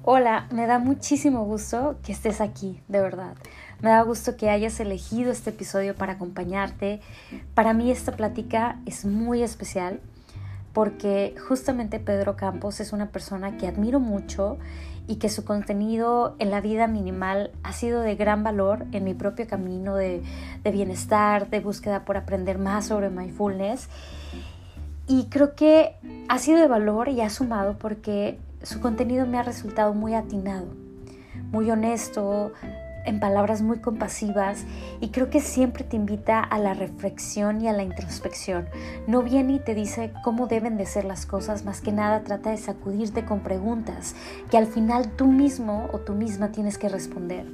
Hola, me da muchísimo gusto que estés aquí, de verdad. Me da gusto que hayas elegido este episodio para acompañarte. Para mí esta plática es muy especial porque justamente Pedro Campos es una persona que admiro mucho y que su contenido en la vida minimal ha sido de gran valor en mi propio camino de bienestar, de búsqueda por aprender más sobre mindfulness. Y creo que ha sido de valor y ha sumado porque su contenido me ha resultado muy atinado, muy honesto, en palabras muy compasivas, y creo que siempre te invita a la reflexión y a la introspección. No viene y te dice cómo deben de ser las cosas, más que nada trata de sacudirte con preguntas que al final tú mismo o tú misma tienes que responder.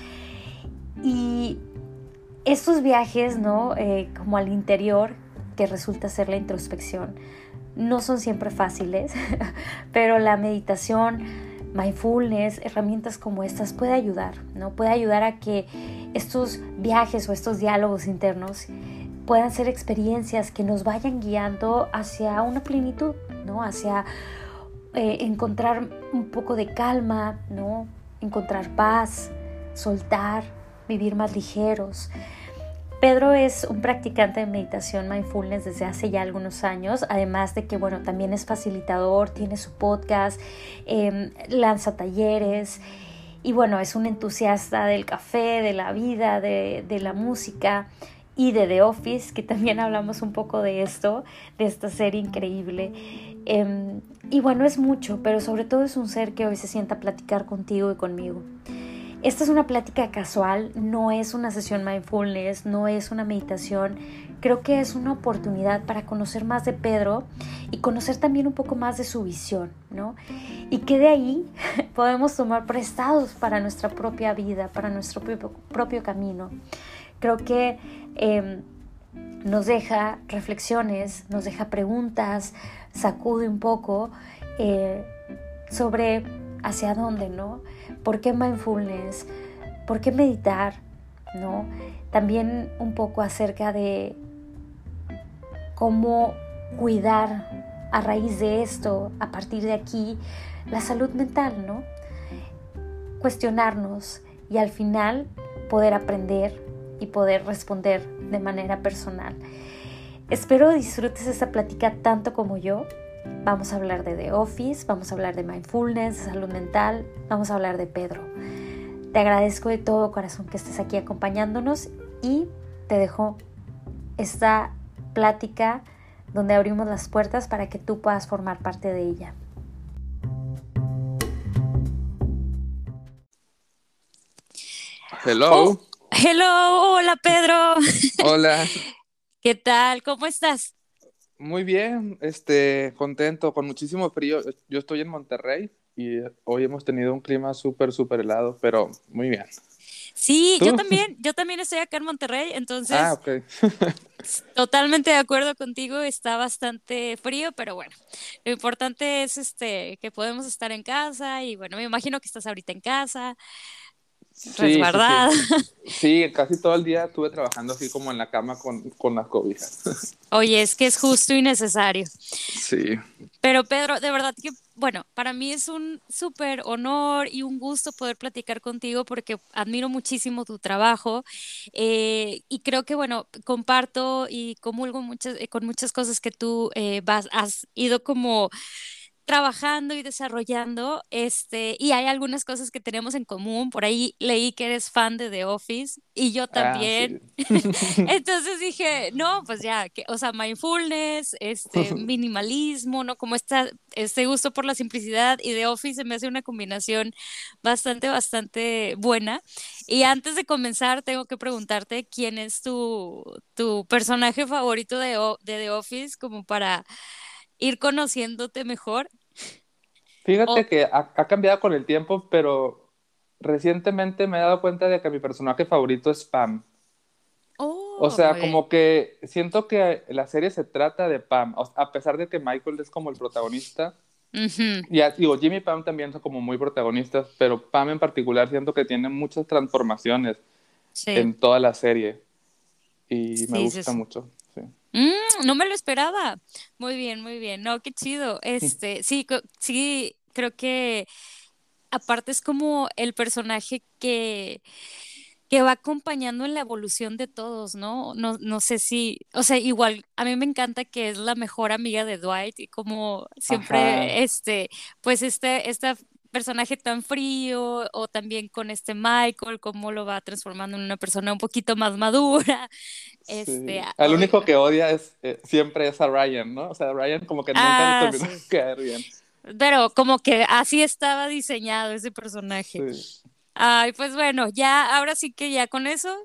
Y estos viajes, ¿no? Como al interior, que resulta ser la introspección, no son siempre fáciles, pero la meditación, mindfulness, herramientas como estas puede ayudar, ¿no? Puede ayudar a que estos viajes o estos diálogos internos puedan ser experiencias que nos vayan guiando hacia una plenitud, ¿no? Hacia encontrar un poco de calma, ¿no? Encontrar paz, soltar, vivir más ligeros. Pedro es un practicante de meditación mindfulness desde hace ya algunos años, además de que, bueno, también es facilitador, tiene su podcast, lanza talleres y, bueno, es un entusiasta del café, de la vida, de la música y de The Office, que también hablamos un poco de esto, de esta serie increíble. Y, bueno, es mucho, pero sobre todo es un ser que hoy se sienta a platicar contigo y conmigo. Esta es una plática casual, no es una sesión mindfulness, no es una meditación. Creo que es una oportunidad para conocer más de Pedro y conocer también un poco más de su visión, ¿no? Y que de ahí podemos tomar prestados para nuestra propia vida, para nuestro propio camino. Creo que nos deja reflexiones, nos deja preguntas, sacude un poco sobre hacia dónde, ¿no? ¿Por qué mindfulness? ¿Por qué meditar? ¿No? También un poco acerca de cómo cuidar a raíz de esto, a partir de aquí, la salud mental, ¿no? Cuestionarnos y al final poder aprender y poder responder de manera personal. Espero disfrutes esta plática tanto como yo. Vamos a hablar de The Office, vamos a hablar de mindfulness, de salud mental, vamos a hablar de Pedro. Te agradezco de todo corazón que estés aquí acompañándonos y te dejo esta plática donde abrimos las puertas para que tú puedas formar parte de ella. Hello. Oh, hello, hola Pedro. Hola. ¿Qué tal? ¿Cómo estás? Muy bien, contento, con muchísimo frío. Yo estoy en Monterrey y hoy hemos tenido un clima súper helado, pero muy bien. Sí, ¿Tú? yo también estoy acá en Monterrey, Ah, entonces ok. totalmente de acuerdo contigo, está bastante frío, pero bueno, lo importante es que podemos estar en casa y bueno, me imagino que estás ahorita en casa, Sí, sí, sí. resguardada. Sí, casi todo el día estuve trabajando así como en la cama con las cobijas. Oye, es que es justo y necesario. Sí. Pero Pedro, de verdad que, bueno, para mí es un súper honor y un gusto poder platicar contigo porque admiro muchísimo tu trabajo y creo que, bueno, comparto y comulgo con muchas cosas que tú has ido como trabajando y desarrollando, y hay algunas cosas que tenemos en común. Por ahí leí que eres fan de The Office y yo Ah, también. sí. Entonces dije, no, pues ya, o sea, mindfulness, minimalismo, ¿no? Como este gusto por la simplicidad y The Office se me hace una combinación bastante buena. Y antes de comenzar, tengo que preguntarte quién es tu personaje favorito de The Office, como para ir conociéndote mejor. Fíjate Oh, que ha cambiado con el tiempo, pero recientemente me he dado cuenta de que mi personaje favorito es Pam. O oh, sea, muy bien. como que siento que la serie se trata de Pam, a pesar de que Michael es como el protagonista. Ujú, Ya digo, Jimmy y Pam también son como muy protagonistas, pero Pam en particular siento que tiene muchas transformaciones sí, en toda la serie y me sí, sí, gusta sí. mucho. Sí. No me lo esperaba. Muy bien, muy bien. No, qué chido. Sí, sí, creo que aparte es como el personaje que va acompañando en la evolución de todos, ¿no? No, no sé si, o sea, igual a mí me encanta que es la mejor amiga de Dwight y como Ajá, siempre, pues este personaje tan frío o también con este Michael, cómo lo va transformando en una persona un poquito más madura, sí. ah, Al único que odia es, siempre es a Ryan, ¿no? O sea, Ryan como que nunca le terminó sí, de caer bien. pero como que así estaba diseñado ese personaje. Sí. Ay, pues bueno, ya, ahora sí que ya con eso,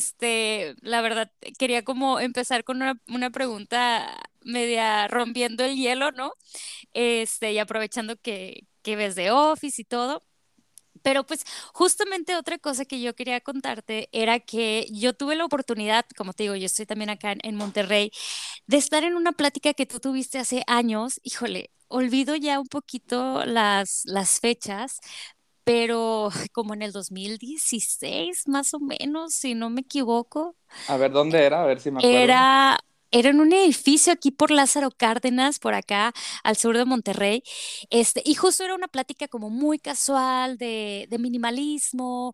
la verdad, quería como empezar con una pregunta media rompiendo el hielo, ¿no? Y aprovechando que ves de Office y todo. Pero pues justamente otra cosa que yo quería contarte era que yo tuve la oportunidad, como te digo, yo estoy también acá en Monterrey, de estar en una plática que tú tuviste hace años. Híjole, olvido ya un poquito las fechas, pero como en el 2016 más o menos, si no me equivoco, A ver, ¿dónde era? A ver si me acuerdo. era, era en un edificio aquí por Lázaro Cárdenas, por acá al sur de Monterrey, y justo era una plática como muy casual de minimalismo,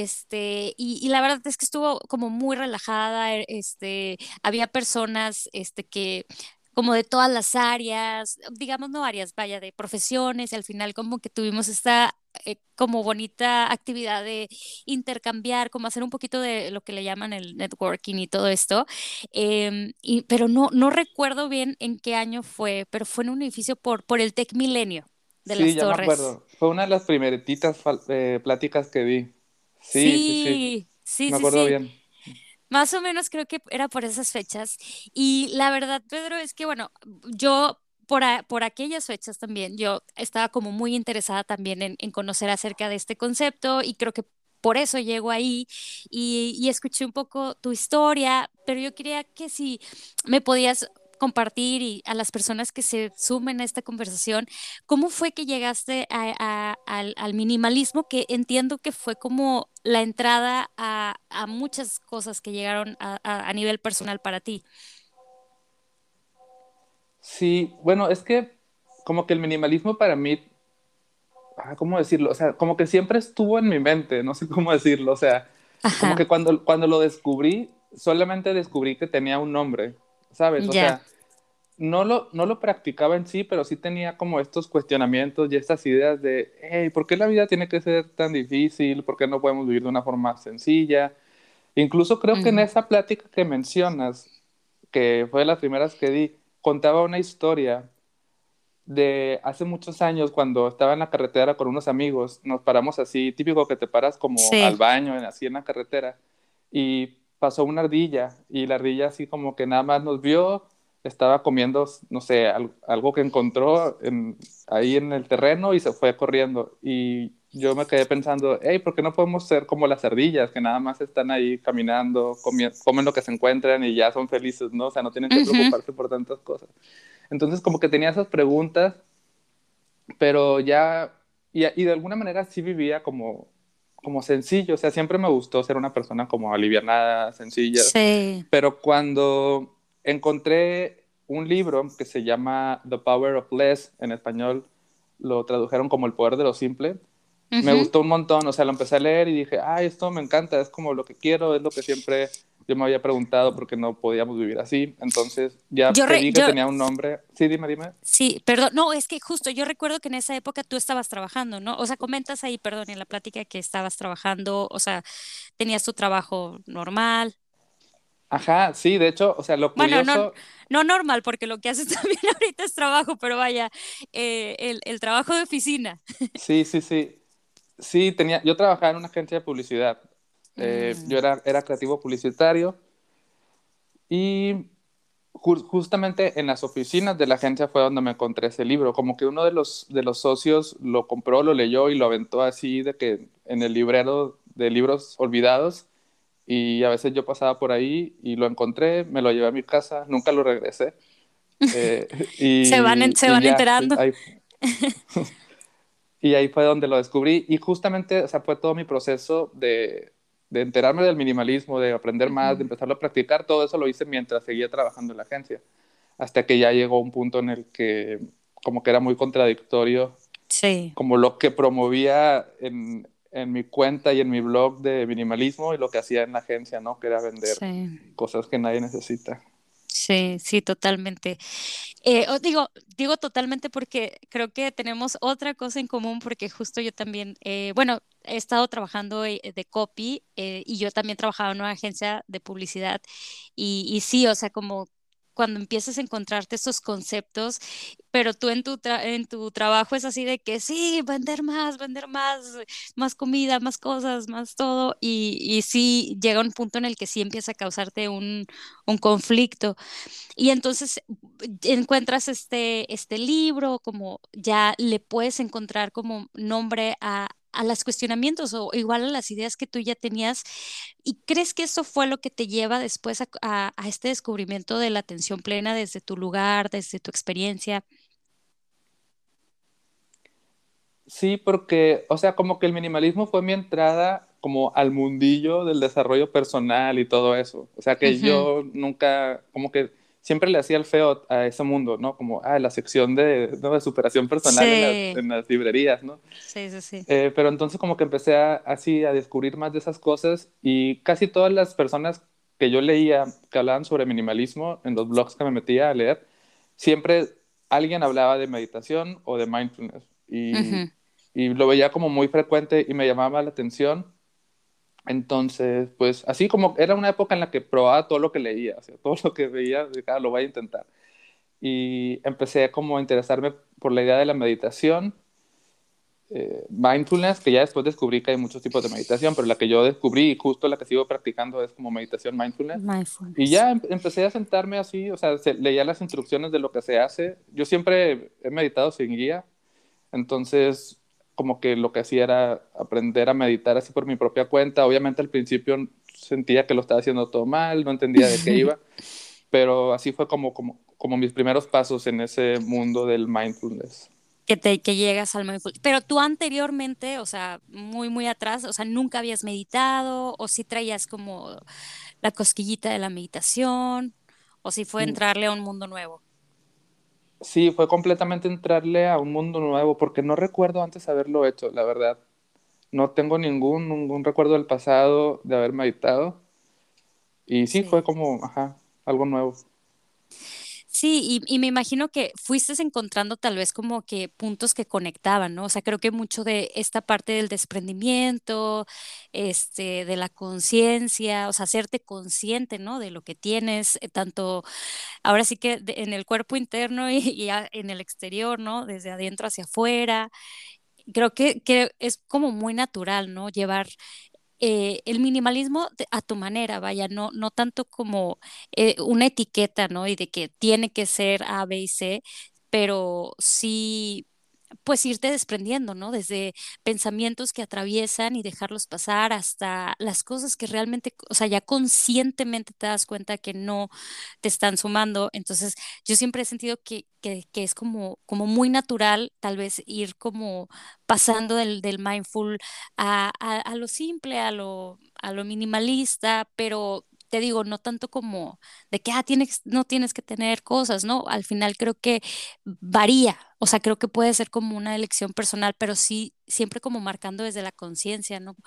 y la verdad es que estuvo como muy relajada, había personas, que como de todas las áreas, digamos no áreas, vaya, de profesiones, y al final como que tuvimos esta como bonita actividad de intercambiar, como hacer un poquito de lo que le llaman el networking y todo esto. Pero no recuerdo bien en qué año fue, pero fue en un edificio por el Tec Milenio de Sí, las ya me Torres. acuerdo. Fue una de las primeritas pláticas que vi. Sí, sí, sí. Sí, sí, Me sí, acuerdo sí. bien. Más o menos creo que era por esas fechas. Y la verdad, Pedro, es que bueno, yo por aquellas fechas también, yo estaba como muy interesada también en conocer acerca de este concepto y creo que por eso llego ahí y escuché un poco tu historia, pero yo quería que si me podías compartir y a las personas que se sumen a esta conversación, ¿cómo fue que llegaste al minimalismo? Que entiendo que fue como la entrada a muchas cosas que llegaron a nivel personal para ti. Sí, bueno, es que como que el minimalismo para mí, ¿cómo decirlo? O sea, como que siempre estuvo en mi mente, no sé cómo decirlo. O sea, como Ajá, que cuando lo descubrí, solamente descubrí que tenía un nombre, ¿sabes? O ya. sea, no lo practicaba en sí, pero sí tenía como estos cuestionamientos y estas ideas de, hey, ¿por qué la vida tiene que ser tan difícil? ¿Por qué no podemos vivir de una forma sencilla? Incluso creo que en Ujú. esa plática que mencionas, que fue de las primeras que di, contaba una historia de hace muchos años cuando estaba en la carretera con unos amigos. Nos paramos así, típico que te paras como al Sí. baño, así en la carretera, y pasó una ardilla y la ardilla así como que nada más nos vio, estaba comiendo, no sé, algo que encontró ahí en el terreno y se fue corriendo. Y yo me quedé pensando, hey, ¿por qué no podemos ser como las ardillas que nada más están ahí caminando, comen lo que se encuentran y ya son felices, ¿no? O sea, no tienen que Ujú. preocuparse por tantas cosas. Entonces como que tenía esas preguntas, pero ya, y de alguna manera sí vivía como sencillo. O sea, siempre me gustó ser una persona como alivianada, sencilla, Sí. pero cuando encontré un libro que se llama The Power of Less, en español lo tradujeron como El Poder de lo Simple, me Ujú. gustó un montón. O sea, lo empecé a leer y dije, ay, esto me encanta, es como lo que quiero, es lo que siempre yo me había preguntado por qué no podíamos vivir así. Entonces, ya que vi que Yo, tenía un nombre, sí, dime, dime. sí, perdón, no, es que justo yo recuerdo que en esa época tú estabas trabajando, ¿no? O sea, comentas ahí, perdón, en la plática que estabas trabajando, o sea, tenías tu trabajo normal. Ajá, sí, de hecho, o sea, lo Bueno, curioso, no normal, porque lo que haces también ahorita es trabajo, pero vaya, el trabajo de oficina. sí, sí, sí, sí, yo trabajaba en una agencia de publicidad. Yo Mm, era creativo publicitario y justamente en las oficinas de la agencia fue donde me encontré ese libro. Como que uno de los socios lo compró, lo leyó y lo aventó así de que en el librero de libros olvidados. Y a veces yo pasaba por ahí y lo encontré, me lo llevé a mi casa, nunca lo regresé. Eh, se y van ya, sí, enterando. y ahí fue donde lo descubrí. Y justamente, o sea, fue todo mi proceso de enterarme del minimalismo, de aprender más, de Ujú. empezarlo a practicar. Todo eso lo hice mientras seguía trabajando en la agencia. Hasta que ya llegó un punto en el que como que era muy contradictorio Sí, como lo que promovía en mi cuenta y en mi blog de minimalismo y lo que hacía en la agencia, ¿no? Que era vender sí. cosas que nadie necesita. Sí, sí, totalmente. Digo totalmente porque creo que tenemos otra cosa en común porque justo yo también, bueno, he estado trabajando de copy y yo también trabajaba en una agencia de publicidad y sí, o sea, como cuando empiezas a encontrarte estos conceptos, pero tú en tu trabajo es así de que sí, vender más, más comida, más cosas, más todo y sí llega un punto en el que sí empieza a causarte un conflicto. Y entonces encuentras este libro, como ya le puedes encontrar como nombre a los cuestionamientos o igual a las ideas que tú ya tenías. ¿Y crees que eso fue lo que te lleva después a este descubrimiento de la atención plena desde tu lugar, desde tu experiencia? Sí, porque, o sea, como que el minimalismo fue mi entrada como al mundillo del desarrollo personal y todo eso. O sea, que Ujú. yo nunca, como que siempre le hacía el feo a ese mundo, ¿no? Como, la sección de, ¿no? de superación personal Sí, en las librerías, ¿no? sí, sí, sí. Pero entonces como que empecé así a descubrir más de esas cosas y casi todas las personas que yo leía que hablaban sobre minimalismo en los blogs que me metía a leer, siempre alguien hablaba de meditación o de mindfulness Ujú. y lo veía como muy frecuente y me llamaba la atención. Entonces, pues así como era una época en la que probaba todo lo que leía, o sea, todo lo que veía, dije, lo voy a intentar. Y empecé como a interesarme por la idea de la meditación, mindfulness, que ya después descubrí que hay muchos tipos de meditación, pero la que yo descubrí y justo la que sigo practicando es como meditación mindfulness. Y Mindfulness. ya empecé a sentarme así, o sea, leía las instrucciones de lo que se hace. Yo siempre he meditado sin guía, entonces como que lo que hacía era aprender a meditar así por mi propia cuenta. Obviamente al principio sentía que lo estaba haciendo todo mal, no entendía de qué iba, pero así fue como mis primeros pasos en ese mundo del mindfulness. Que llegas al mindful. Pero tú anteriormente, o sea, muy, muy atrás, o sea, nunca habías meditado, o si traías como la cosquillita de la meditación, o si fue entrarle a un mundo nuevo. Sí, fue completamente entrarle a un mundo nuevo, porque no recuerdo antes haberlo hecho, la verdad. No tengo ningún recuerdo del pasado de haber meditado. Y sí, fue Sí. como, ajá, algo nuevo. Sí, y me imagino que fuiste encontrando tal vez como que puntos que conectaban, ¿no? O sea, creo que mucho de esta parte del desprendimiento, de la conciencia, o sea, hacerte consciente, ¿no? De lo que tienes, tanto ahora sí que en el cuerpo interno en el exterior, ¿no? Desde adentro hacia afuera. Creo que es como muy natural, ¿no? Llevar el minimalismo a tu manera, vaya, no tanto como una etiqueta, ¿no? Y de que tiene que ser A, B y C, pero sí pues irte desprendiendo, ¿no? Desde pensamientos que atraviesan y dejarlos pasar hasta las cosas que realmente, o sea, ya conscientemente te das cuenta que no te están sumando. Entonces, yo siempre he sentido que es como muy natural tal vez ir como pasando del mindful a lo simple, a lo minimalista, pero te digo, no tanto como de que no tienes que tener cosas, ¿no? Al final creo que varía, o sea, creo que puede ser como una elección personal, pero sí, siempre como marcando desde la conciencia, ¿no?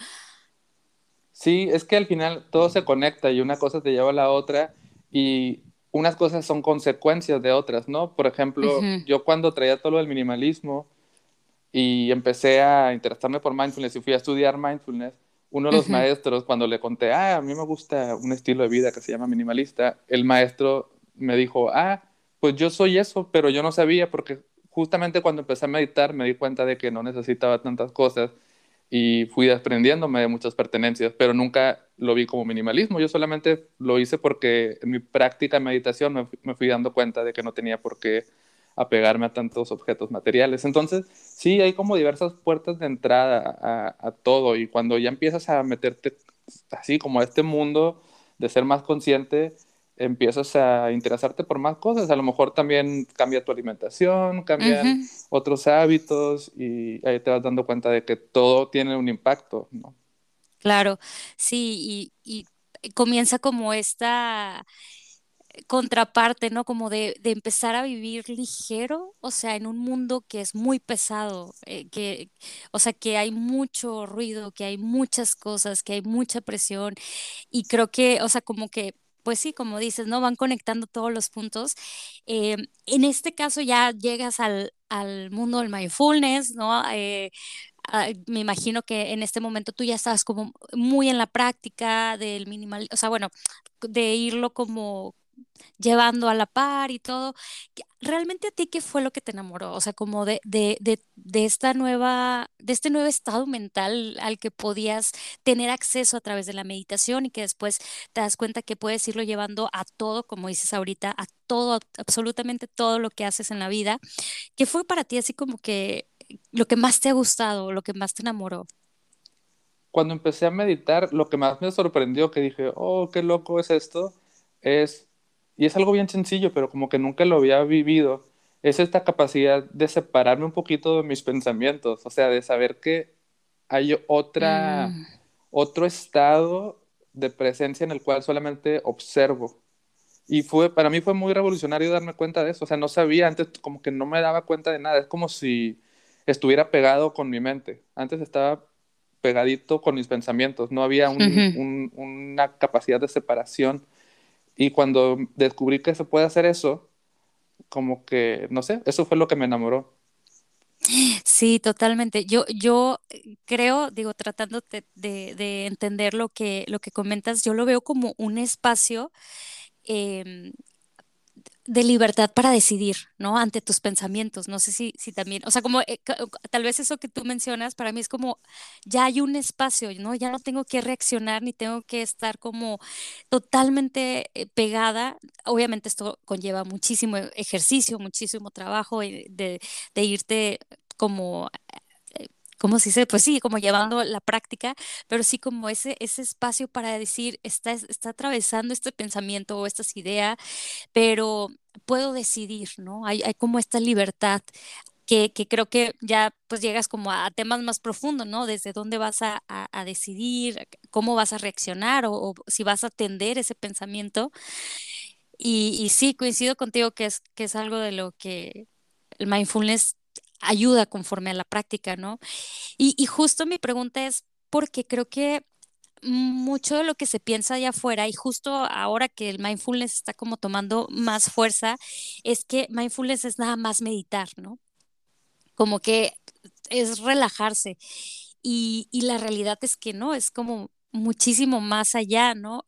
Sí, es que al final todo se conecta y una cosa te lleva a la otra y unas cosas son consecuencias de otras, ¿no? Por ejemplo, Ujú, yo cuando traía todo lo del minimalismo, y empecé a interesarme por mindfulness y fui a estudiar mindfulness, uno de los ujú. maestros, cuando le conté, a mí me gusta un estilo de vida que se llama minimalista, el maestro me dijo, pues yo soy eso, pero yo no sabía porque justamente cuando empecé a meditar me di cuenta de que no necesitaba tantas cosas y fui desprendiéndome de muchas pertenencias, pero nunca lo vi como minimalismo, yo solamente lo hice porque en mi práctica de meditación me fui dando cuenta de que no tenía por qué apegarme a tantos objetos materiales. Entonces, sí, hay como diversas puertas de entrada a todo y cuando ya empiezas a meterte así como a este mundo de ser más consciente, empiezas a interesarte por más cosas. A lo mejor también cambia tu alimentación, cambian Ujú, otros hábitos y ahí te vas dando cuenta de que todo tiene un impacto, ¿no? claro, sí, y comienza como contraparte, ¿no? Como de empezar a vivir ligero, o sea, en un mundo que es muy pesado, o sea, que hay mucho ruido, que hay muchas cosas, que hay mucha presión y creo que, o sea, como que, pues sí, como dices, ¿no? Van conectando todos los puntos. En este caso ya llegas al mundo del mindfulness, ¿no? Me imagino que en este momento tú ya estabas como muy en la práctica del minimal, o sea, bueno, de irlo como llevando a la par y todo. ¿Realmente a ti qué fue lo que te enamoró? O sea, como de esta de este nuevo estado mental al que podías tener acceso a través de la meditación y que después te das cuenta que puedes irlo llevando a todo, como dices ahorita, a todo, absolutamente todo lo que haces en la vida. ¿Qué fue para ti así como que lo que más te ha gustado, lo que más te enamoró? Cuando empecé a meditar, lo que más me sorprendió, que dije, oh, qué loco es esto, es, y es algo bien sencillo, pero como que nunca lo había vivido, es esta capacidad de separarme un poquito de mis pensamientos, o sea, de saber que hay Mm, otro estado de presencia en el cual solamente observo. Y para mí fue muy revolucionario darme cuenta de eso. O sea, no sabía antes, como que no me daba cuenta de nada. Es como si estuviera pegado con mi mente. Antes estaba pegadito con mis pensamientos. No había ujú. una capacidad de separación. Y cuando descubrí que se puede hacer eso, como que, no sé, eso fue lo que me enamoró. Sí, totalmente. Yo creo, digo, tratando de entender lo que comentas, yo lo veo como un espacio em, de libertad para decidir, ¿no? Ante tus pensamientos. No sé si también, o sea, como tal vez eso que tú mencionas, para mí es como, ya hay un espacio, ¿no? Ya no tengo que reaccionar ni tengo que estar como totalmente pegada. Obviamente esto conlleva muchísimo ejercicio, muchísimo trabajo de irte como como si se, pues sí, como llevando la práctica, pero sí como ese espacio para decir, está atravesando este pensamiento o esta idea, pero puedo decidir, ¿no? Hay como esta libertad que creo que ya pues llegas como a temas más profundos, ¿no? Desde dónde vas a decidir, cómo vas a reaccionar o si vas a atender ese pensamiento. Y sí, coincido contigo que es algo de lo que el mindfulness ayuda conforme a la práctica, ¿no? Y justo mi pregunta es porque creo que mucho de lo que se piensa allá afuera y justo ahora que el mindfulness está como tomando más fuerza, es que mindfulness es nada más meditar, ¿no? Como que es relajarse y la realidad es que no, es como muchísimo más allá, ¿no?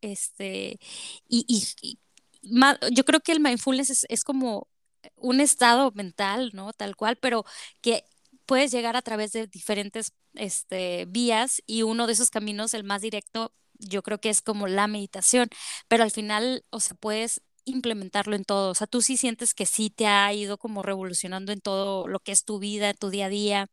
Y yo creo que el mindfulness es como un estado mental, ¿no? Tal cual, pero que puedes llegar a través de diferentes vías y uno de esos caminos, el más directo, yo creo que es como la meditación, pero al final, o sea, puedes implementarlo en todo, o sea, tú sí sientes que sí te ha ido como revolucionando en todo lo que es tu vida, tu día a día.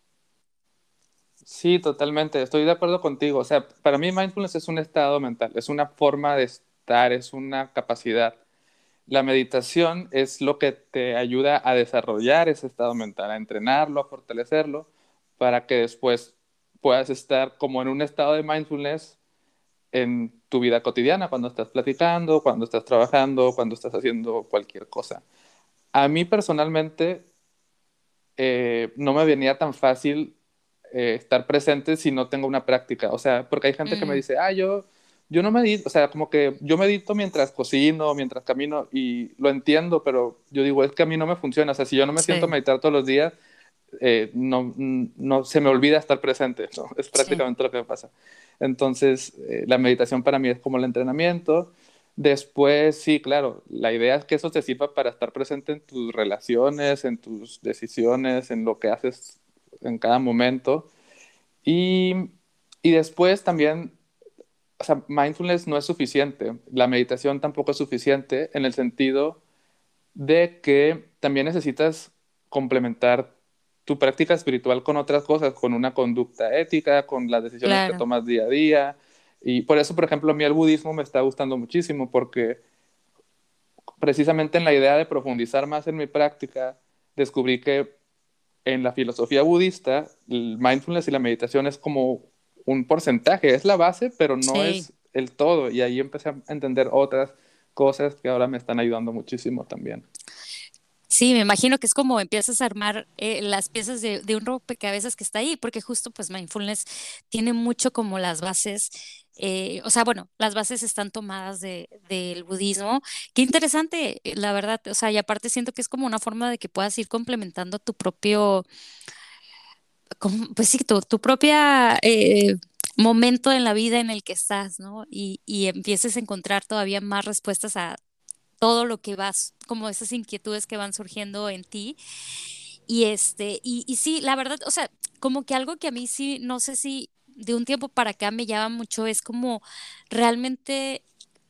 Sí, totalmente. Estoy de acuerdo contigo. O sea, para mí mindfulness es un estado mental, es una forma de estar, es una capacidad. La meditación es lo que te ayuda a desarrollar ese estado mental, a entrenarlo, a fortalecerlo, para que después puedas estar como en un estado de mindfulness en tu vida cotidiana, cuando estás platicando, cuando estás trabajando, cuando estás haciendo cualquier cosa. A mí personalmente no me venía tan fácil estar presente si no tengo una práctica. O sea, porque hay gente que me Mm, dice, yo no medito, o sea, como que yo medito mientras cocino, mientras camino, y lo entiendo, pero yo digo, es que a mí no me funciona. O sea, si yo no me siento a sí, meditar todos los días, no se me olvida estar presente, ¿no? Es sí. prácticamente lo que me pasa. Entonces, la meditación para mí es como el entrenamiento. Después, sí, claro, la idea es que eso te sirva para estar presente en tus relaciones, en tus decisiones, en lo que haces en cada momento. Y, y después también, o sea, mindfulness no es suficiente, la meditación tampoco es suficiente en el sentido de que también necesitas complementar tu práctica espiritual con otras cosas, con una conducta ética, con las decisiones que Claro. tomas día a día. Y por eso, por ejemplo, a mí el budismo me está gustando muchísimo, porque precisamente en la idea de profundizar más en mi práctica, descubrí que en la filosofía budista, el mindfulness y la meditación es como un porcentaje, es la base, pero no Sí, es el todo. Y ahí empecé a entender otras cosas que ahora me están ayudando muchísimo también. Sí, me imagino que es como empiezas a armar las piezas de un rompecabezas que está ahí, porque justo pues mindfulness tiene mucho como las bases, o sea, bueno, las bases están tomadas del budismo. Qué interesante, la verdad, o sea, y aparte siento que es como una forma de que puedas ir complementando tu propio, pues sí, tu propia momento en la vida en el que estás, ¿no? Y empieces a encontrar todavía más respuestas a todo lo que vas, como esas inquietudes que van surgiendo en ti. Y sí, la verdad, o sea, como que algo que a mí sí, no sé si de un tiempo para acá me llama mucho es como realmente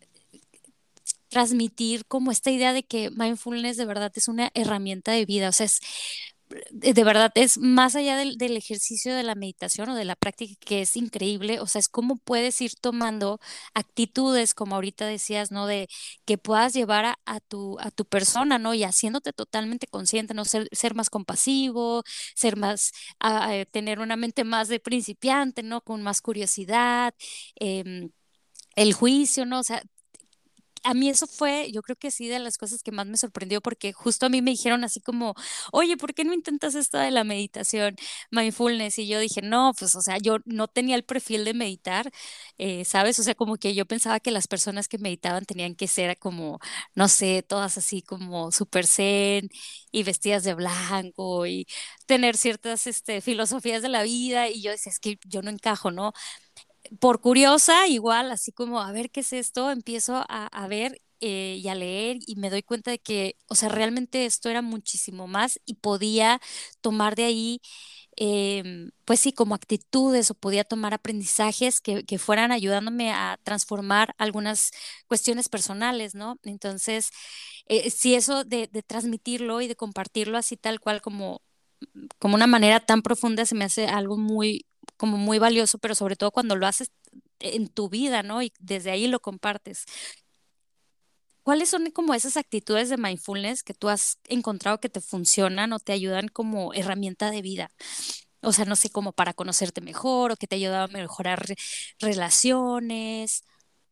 transmitir como esta idea de que mindfulness de verdad es una herramienta de vida, o sea, es de verdad es más allá del ejercicio de la meditación o de la práctica que es increíble, o sea, es cómo puedes ir tomando actitudes, como ahorita decías, ¿no? De que puedas llevar a tu persona, ¿no? Y haciéndote totalmente consciente, ¿no? Ser más compasivo, ser más, tener una mente más de principiante, ¿no? Con más curiosidad, el juicio, ¿no? O sea, a mí eso fue, yo creo que sí, de las cosas que más me sorprendió, porque justo a mí me dijeron así como, oye, ¿por qué no intentas esto de la meditación, mindfulness? Y yo dije, no, pues, o sea, yo no tenía el perfil de meditar, ¿sabes? O sea, como que yo pensaba que las personas que meditaban tenían que ser como, no sé, todas así como súper zen y vestidas de blanco y tener ciertas, filosofías de la vida. Y yo decía, es que yo no encajo, ¿no? Por curiosa, igual, así como, a ver qué es esto, empiezo a ver y a leer y me doy cuenta de que, o sea, realmente esto era muchísimo más y podía tomar de ahí, pues sí, como actitudes o podía tomar aprendizajes que fueran ayudándome a transformar algunas cuestiones personales, ¿no? Entonces, sí, eso de transmitirlo y de compartirlo así tal cual como una manera tan profunda se me hace algo muy, como muy valioso, pero sobre todo cuando lo haces en tu vida, ¿no? Y desde ahí lo compartes. ¿Cuáles son como esas actitudes de mindfulness que tú has encontrado que te funcionan o te ayudan como herramienta de vida? O sea, no sé, como para conocerte mejor o que te ayuda a mejorar relaciones.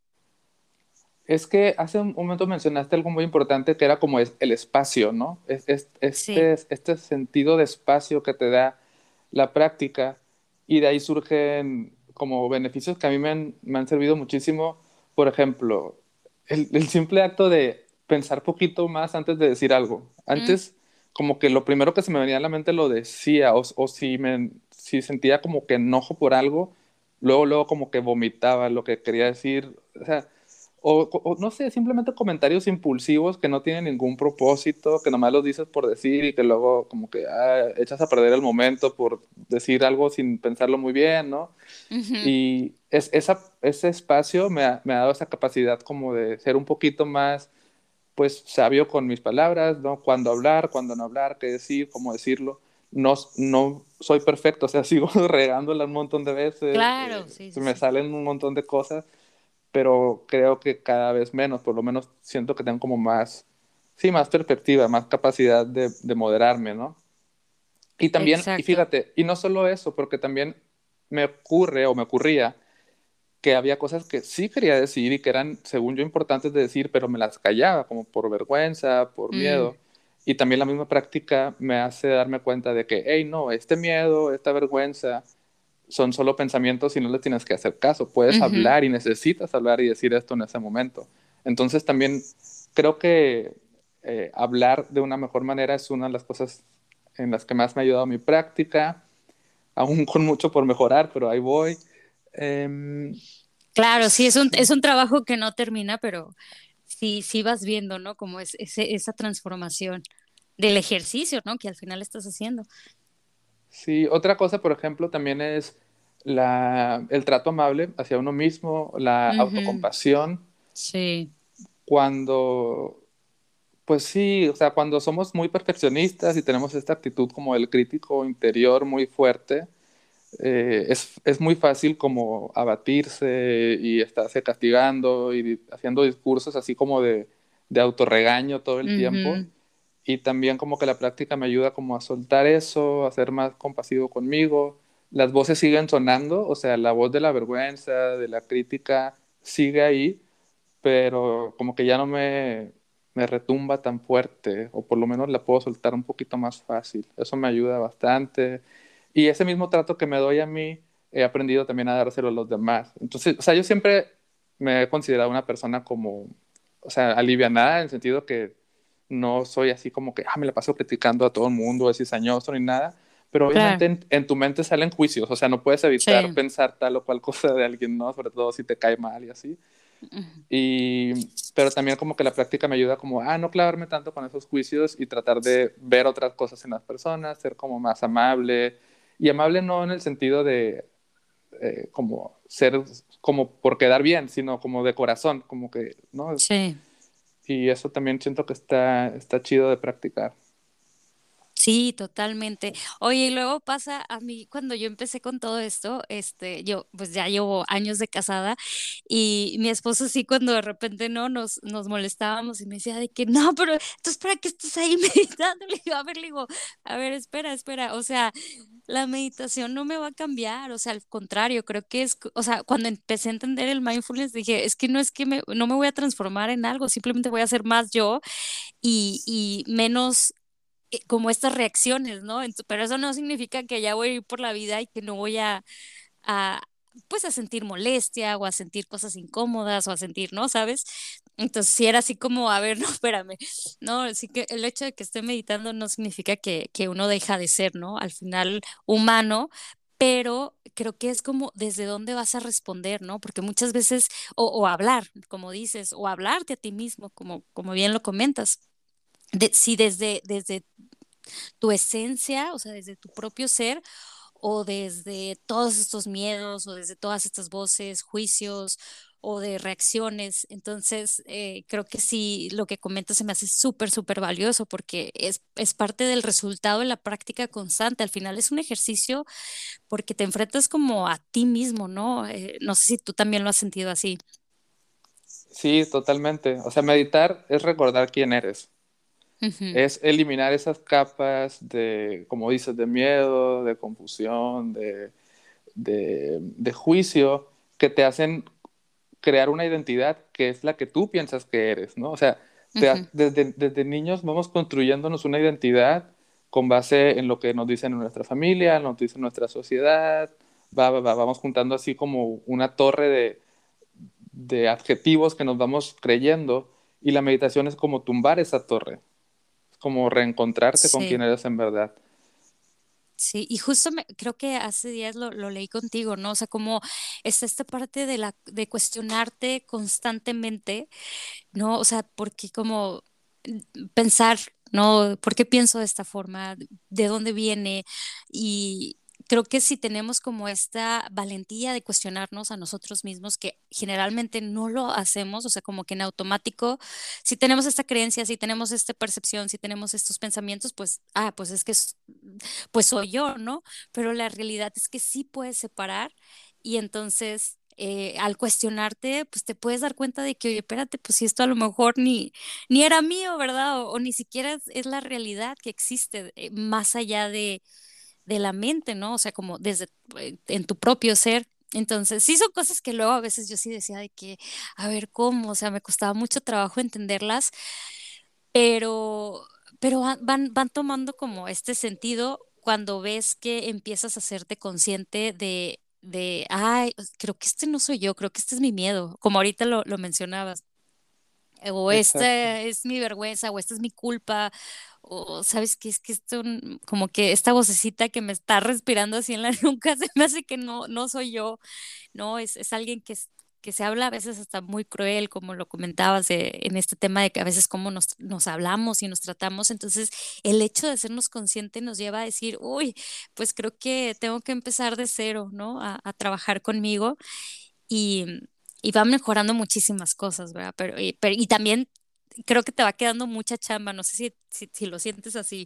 Es que hace un momento mencionaste algo muy importante que era como el espacio, ¿no? Sí. Este sentido de espacio que te da la práctica y de ahí surgen como beneficios que a mí me han servido muchísimo. Por ejemplo, el simple acto de pensar poquito más antes de decir algo. Mm, Antes, como que lo primero que se me venía a la mente lo decía o si sentía como que enojo por algo, luego como que vomitaba lo que quería decir. O sea, o no sé, simplemente comentarios impulsivos que no tienen ningún propósito, que nomás los dices por decir y que luego como que echas a perder el momento por decir algo sin pensarlo muy bien, ¿no? ujú. Y ese espacio me ha dado esa capacidad como de ser un poquito más, pues, sabio con mis palabras, ¿no? Cuándo hablar, cuándo no hablar, qué decir, cómo decirlo. No, no soy perfecto, o sea, sigo regándola un montón de veces, Claro, sí, sí, me sí. salen un montón de cosas, pero creo que cada vez menos, por lo menos siento que tengo como más, sí, más perspectiva, más capacidad de moderarme, ¿no? Y también, y Exacto. fíjate, y no solo eso, porque también me ocurre o me ocurría que había cosas que sí quería decir y que eran, según yo, importantes de decir, pero me las callaba, como por vergüenza, por Mm, miedo. Y también la misma práctica me hace darme cuenta de que, hey, no, este miedo, esta vergüenza, son solo pensamientos y no le tienes que hacer caso. Puedes ujú. hablar y necesitas hablar y decir esto en ese momento. Entonces también creo que hablar de una mejor manera es una de las cosas en las que más me ha ayudado mi práctica, aún con mucho por mejorar, pero ahí voy. Eh, Claro, sí, es un trabajo que no termina, pero sí, sí vas viendo, ¿no? Como esa transformación del ejercicio, ¿no? Que al final estás haciendo. sí, otra cosa, por ejemplo, también es el trato amable hacia uno mismo, la Ujú. autocompasión, Sí. cuando pues sí, o sea, cuando somos muy perfeccionistas y tenemos esta actitud como el crítico interior muy fuerte, es muy fácil como abatirse y estarse castigando y haciendo discursos así como de autorregaño todo el tiempo. Ujú. Y también como que la práctica me ayuda como a soltar eso, a ser más compasivo conmigo. Las voces siguen sonando, o sea, la voz de la vergüenza, de la crítica, sigue ahí, pero como que ya no me retumba tan fuerte, o por lo menos la puedo soltar un poquito más fácil. Eso me ayuda bastante. Y ese mismo trato que me doy a mí, he aprendido también a dárselo a los demás. Entonces, o sea, yo siempre me he considerado una persona como, o sea, alivianada en el sentido que no soy así como que, me la paso criticando a todo el mundo, es cizañoso ni nada, pero Claro, obviamente en tu mente salen juicios, o sea, no puedes evitar sí. pensar tal o cual cosa de alguien, ¿no? Sobre todo si te cae mal y así. Ujú. Pero también como que la práctica me ayuda como a no clavarme tanto con esos juicios y tratar de ver otras cosas en las personas, ser como más amable. Y amable no en el sentido de como ser como por quedar bien, sino como de corazón, como que, ¿no? Sí. Y eso también siento que está chido de practicar. Sí, totalmente. Oye, y luego pasa a mí cuando yo empecé con todo esto, yo pues ya llevo años de casada y mi esposo sí cuando de repente no nos molestábamos y me decía de que no, pero entonces para qué estás ahí meditando, le digo, le digo, a ver, espera, espera, o sea, la meditación no me va a cambiar, o sea, al contrario, creo que o sea, cuando empecé a entender el mindfulness dije, es que no es que no me voy a transformar en algo, simplemente voy a ser más yo y menos como estas reacciones, ¿no? Pero eso no significa que ya voy a ir por la vida y que no voy a, pues a sentir molestia o a sentir cosas incómodas o a sentir, ¿no? ¿Sabes? Entonces, sí era así como, a ver, no, espérame, no, sí que el hecho de que esté meditando no significa que uno deja de ser, ¿no? Al final, humano, pero creo que es como desde dónde vas a responder, ¿no? Porque muchas veces, o hablar, como dices, o hablarte a ti mismo, como bien lo comentas. Si desde tu esencia, o sea, desde tu propio ser o desde todos estos miedos o desde todas estas voces, juicios o de reacciones. Entonces, creo que sí, lo que comentas se me hace súper, súper valioso porque es parte del resultado de la práctica constante. Al final es un ejercicio porque te enfrentas como a ti mismo, ¿no? No sé si tú también lo has sentido así. Sí, totalmente. O sea, meditar es recordar quién eres. Ujú. Es eliminar esas capas de, como dices, de miedo, de confusión, de juicio que te hacen crear una identidad que es la que tú piensas que eres, ¿no? O sea, Ujú. desde niños vamos construyéndonos una identidad con base en lo que nos dicen en nuestra familia, nos dice nuestra sociedad, vamos juntando así como una torre de adjetivos que nos vamos creyendo y la meditación es como tumbar esa torre, es como reencontrarte con quién Sí. eres en verdad. Sí, y justo creo que hace días lo leí contigo, ¿no? O sea, como está esta parte de cuestionarte constantemente, ¿no? O sea, porque como pensar, ¿no? ¿Por qué pienso de esta forma? ¿De dónde viene? Y creo que si tenemos como esta valentía de cuestionarnos a nosotros mismos, que generalmente no lo hacemos, o sea, como que en automático, si tenemos esta creencia, si tenemos esta percepción, si tenemos estos pensamientos, pues, pues es que pues soy yo, ¿no? Pero la realidad es que sí puedes separar y entonces al cuestionarte, pues te puedes dar cuenta de que, oye, espérate, pues si esto a lo mejor ni era mío, ¿verdad? O ni siquiera es la realidad que existe más allá de la mente, ¿no? O sea, como desde en tu propio ser. Entonces, sí son cosas que luego a veces yo sí decía de que, a ver, ¿cómo? O sea, me costaba mucho trabajo entenderlas, pero, pero van tomando como este sentido cuando ves que empiezas a hacerte consciente ay, creo que este no soy yo, creo que este es mi miedo, como ahorita lo mencionabas, o Exacto. esta es mi vergüenza, o esta es mi culpa, o sabes que es que esto, como que esta vocecita que me está respirando así en la nuca, se me hace que no soy yo, ¿no? Es alguien que se habla a veces hasta muy cruel, como lo comentabas en este tema de que a veces cómo nos hablamos y nos tratamos. Entonces, el hecho de sernos conscientes nos lleva a decir, uy, pues creo que tengo que empezar de cero, ¿no? A trabajar conmigo y, y va mejorando muchísimas cosas, ¿verdad? Y también creo que te va quedando mucha chamba, no sé si lo sientes así.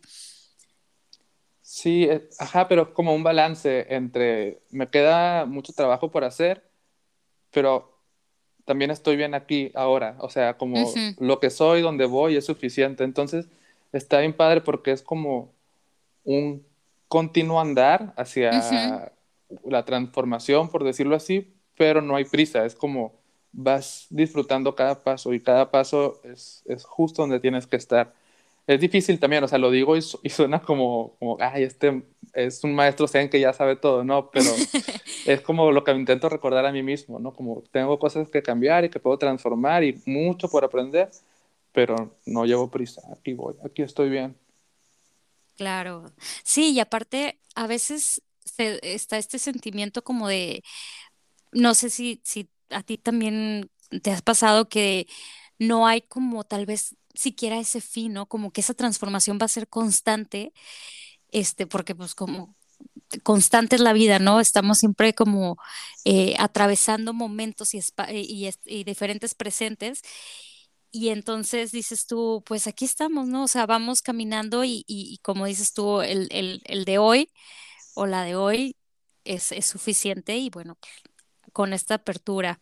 Sí, ajá, pero como un balance entre me queda mucho trabajo por hacer, pero también estoy bien aquí ahora, o sea, como Ujú, lo que soy, donde voy es suficiente. Entonces, está bien padre porque es como un continuo andar ujú, hacia la transformación, por decirlo así, pero no hay prisa, es como vas disfrutando cada paso y cada paso es justo donde tienes que estar. Es difícil también, o sea, lo digo y suena como, ay, este es un maestro zen que ya sabe todo, ¿no? Pero es como lo que me intento recordar a mí mismo, ¿no? Como tengo cosas que cambiar y que puedo transformar y mucho por aprender, pero no llevo prisa, aquí voy, aquí estoy bien. Claro. Sí, y aparte, a veces está este sentimiento como de, no sé si a ti también te has pasado que no hay como tal vez siquiera ese fin, ¿no? Como que esa transformación va a ser constante, porque pues como constante es la vida, ¿no? Estamos siempre como atravesando momentos y diferentes presentes. Y entonces dices tú, pues aquí estamos, ¿no? O sea, vamos caminando y como dices tú, el de hoy o la de hoy es suficiente y bueno, con esta apertura.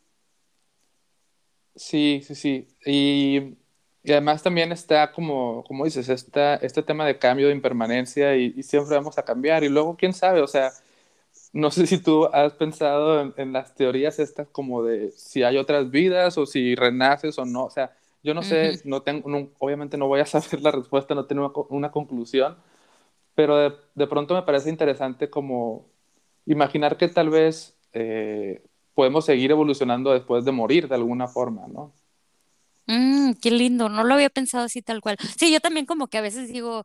Sí, sí, sí. Y además también está como dices, este tema de cambio, de impermanencia y siempre vamos a cambiar. Y luego, quién sabe, o sea, no sé si tú has pensado en las teorías estas como de si hay otras vidas o si renaces o no. O sea, yo no Ujú. sé, no tengo, obviamente no voy a saber la respuesta, no tengo una conclusión, pero de pronto me parece interesante como imaginar que tal vez podemos seguir evolucionando después de morir de alguna forma, ¿no? Qué lindo, no lo había pensado así tal cual. Sí, yo también como que a veces digo,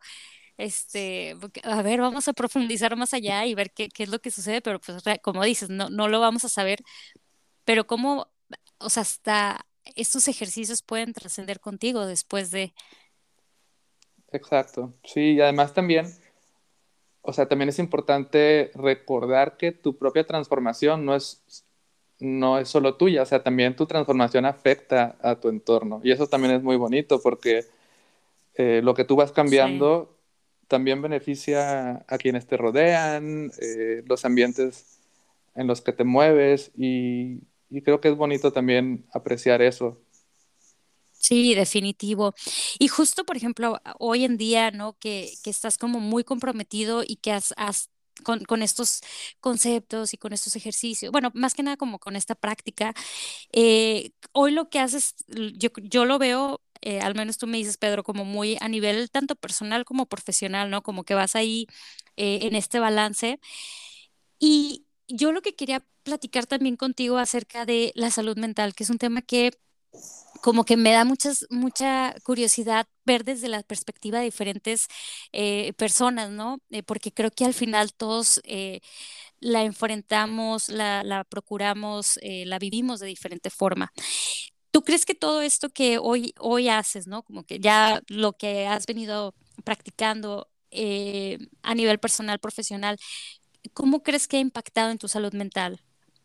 a ver, vamos a profundizar más allá y ver qué es lo que sucede, pero pues como dices, no lo vamos a saber, pero cómo, o sea, hasta estos ejercicios pueden trascender contigo después de... Exacto. Sí, y además también, o sea, también es importante recordar que tu propia transformación no es solo tuya, o sea, también tu transformación afecta a tu entorno. Y eso también es muy bonito porque lo que tú vas Sí. cambiando también beneficia a quienes te rodean, los ambientes en los que te mueves y creo que es bonito también apreciar eso. Sí, definitivo. Y justo, por ejemplo, hoy en día, ¿no? Que estás como muy comprometido y que con estos conceptos y con estos ejercicios, bueno, más que nada como con esta práctica, hoy lo que haces, yo lo veo, al menos tú me dices, Pedro, como muy a nivel tanto personal como profesional, ¿no? Como que vas ahí en este balance. Y yo lo que quería platicar también contigo acerca de la salud mental, que es un tema que como que me da mucha curiosidad ver desde la perspectiva de diferentes personas, ¿no? Porque creo que al final todos la enfrentamos, la procuramos, la vivimos de diferente forma. ¿Tú crees que todo esto que hoy haces, ¿no? Como que ya lo que has venido practicando a nivel personal, profesional, ¿cómo crees que ha impactado en tu salud mental?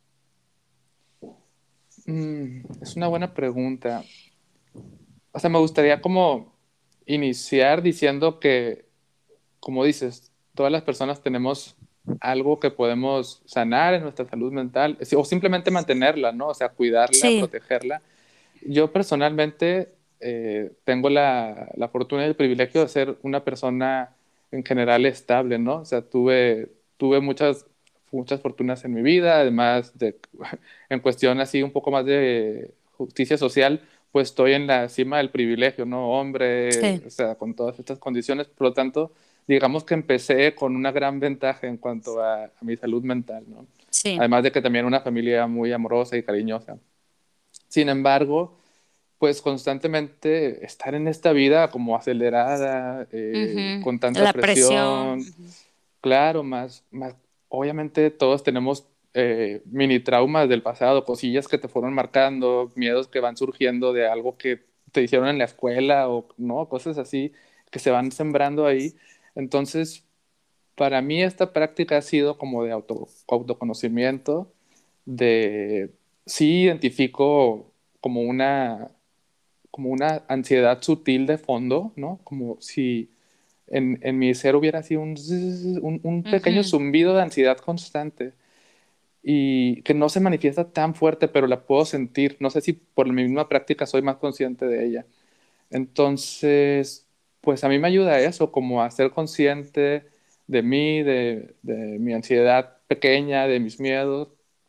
Es una buena pregunta. O sea, me gustaría como iniciar diciendo que, como dices, todas las personas tenemos algo que podemos sanar en nuestra salud mental o simplemente mantenerla, ¿no? O sea, cuidarla, Sí, protegerla. Yo personalmente tengo la fortuna y el privilegio de ser una persona en general estable, ¿no? O sea, tuve muchas fortunas en mi vida, además de, en cuestión así un poco más de justicia social, pues estoy en la cima del privilegio, ¿no? Hombre, sí, o sea, con todas estas condiciones, por lo tanto, digamos que empecé con una gran ventaja en cuanto a mi salud mental, ¿no? sí. Además de que también una familia muy amorosa y cariñosa. Sin embargo, pues constantemente estar en esta vida como acelerada, Ujú. con tanta La presión. presión, Ujú. claro, obviamente todos tenemos mini traumas del pasado, cosillas que te fueron marcando, miedos que van surgiendo de algo que te hicieron en la escuela o no, cosas así que se van sembrando ahí. Entonces, para mí esta práctica ha sido como de autoconocimiento, de sí identifico como una ansiedad sutil de fondo, ¿no? Como si en mi ser hubiera sido un pequeño Ujú. zumbido de ansiedad constante y que no se manifiesta tan fuerte, pero la puedo sentir. No sé si por mi misma práctica soy más consciente de ella. Entonces, pues a mí me ayuda eso, como a ser consciente de mí, de mi ansiedad pequeña, de mis miedos.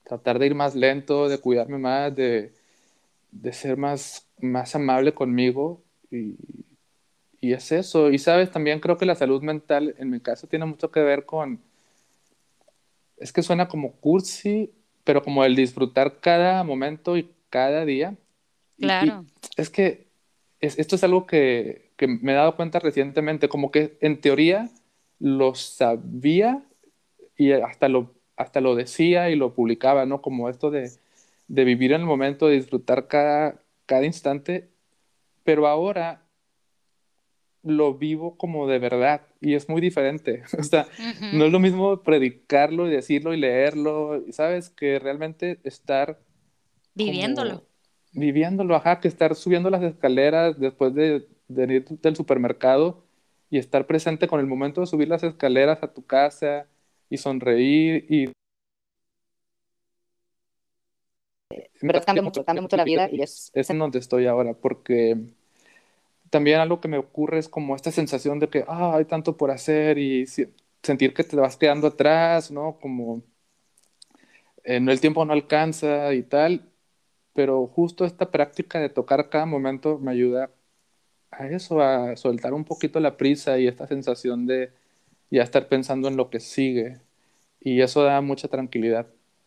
tratar de ir más lento, de cuidarme más, de ser más amable conmigo y es eso. Y sabes, también creo que la salud mental en mi caso tiene mucho que ver con, es que suena como cursi, pero como el disfrutar cada momento y cada día. Y Claro. es que esto es algo que me he dado cuenta recientemente, como que en teoría lo sabía y hasta lo decía y lo publicaba, ¿no? Como esto de vivir en el momento, de disfrutar cada instante, pero ahora lo vivo como de verdad y es muy diferente. O sea, Ujú. no es lo mismo predicarlo y decirlo y leerlo, ¿sabes? Que realmente estar Viviéndolo. como viviéndolo, ajá, que estar subiendo las escaleras después de ir del supermercado y estar presente con el momento de subir las escaleras a tu casa y sonreír y ¿Verdad? Cambia mucho la vida y es en donde estoy ahora, porque también algo que me ocurre es como esta sensación de que hay tanto por hacer y sentir que te vas quedando atrás, ¿no? Como no, el tiempo no alcanza y tal, pero justo esta práctica de tocar cada momento me ayuda a eso, a soltar un poquito la prisa y esta sensación de ya estar pensando en lo que sigue. Y eso da mucha tranquilidad.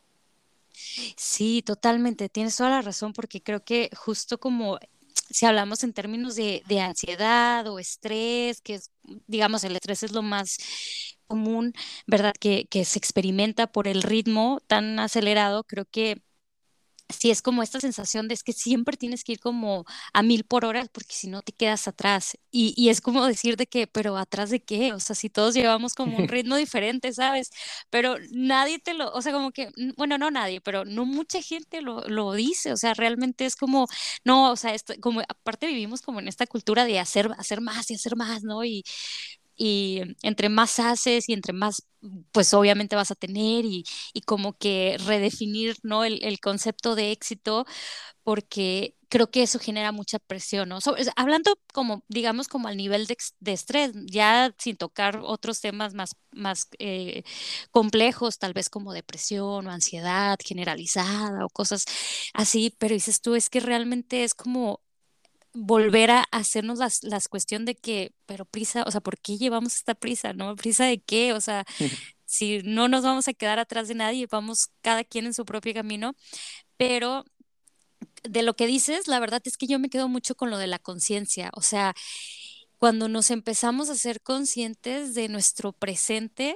Sí, totalmente, tienes toda la razón, porque creo que justo como si hablamos en términos de ansiedad o estrés, que es, digamos, el estrés es lo más común, ¿verdad? Que se experimenta por el ritmo tan acelerado, creo que sí es como esta sensación de es que siempre tienes que ir como a 1000 por hora porque si no te quedas atrás. Y es como decir de que, pero ¿atrás de qué? O sea, si todos llevamos como un ritmo diferente, ¿sabes? Pero nadie te lo, o sea, como que, bueno, no nadie, pero no mucha gente lo dice. O sea, realmente es como, no, o sea, esto, como aparte vivimos como en esta cultura de hacer más y hacer más, ¿no? Y entre más haces y entre más, pues obviamente vas a tener y como que redefinir, ¿no? El concepto de éxito, porque creo que eso genera mucha presión, ¿no? Hablando como, digamos, como al nivel de estrés, ya sin tocar otros temas más complejos, tal vez como depresión o ansiedad generalizada o cosas así, pero dices tú, es que realmente es como volver a hacernos las cuestión de que, pero prisa, o sea, ¿por qué llevamos esta prisa, no? ¿Prisa de qué? O sea, si no nos vamos a quedar atrás de nadie, vamos cada quien en su propio camino, pero de lo que dices, la verdad es que yo me quedo mucho con lo de la conciencia, o sea, cuando nos empezamos a ser conscientes de nuestro presente,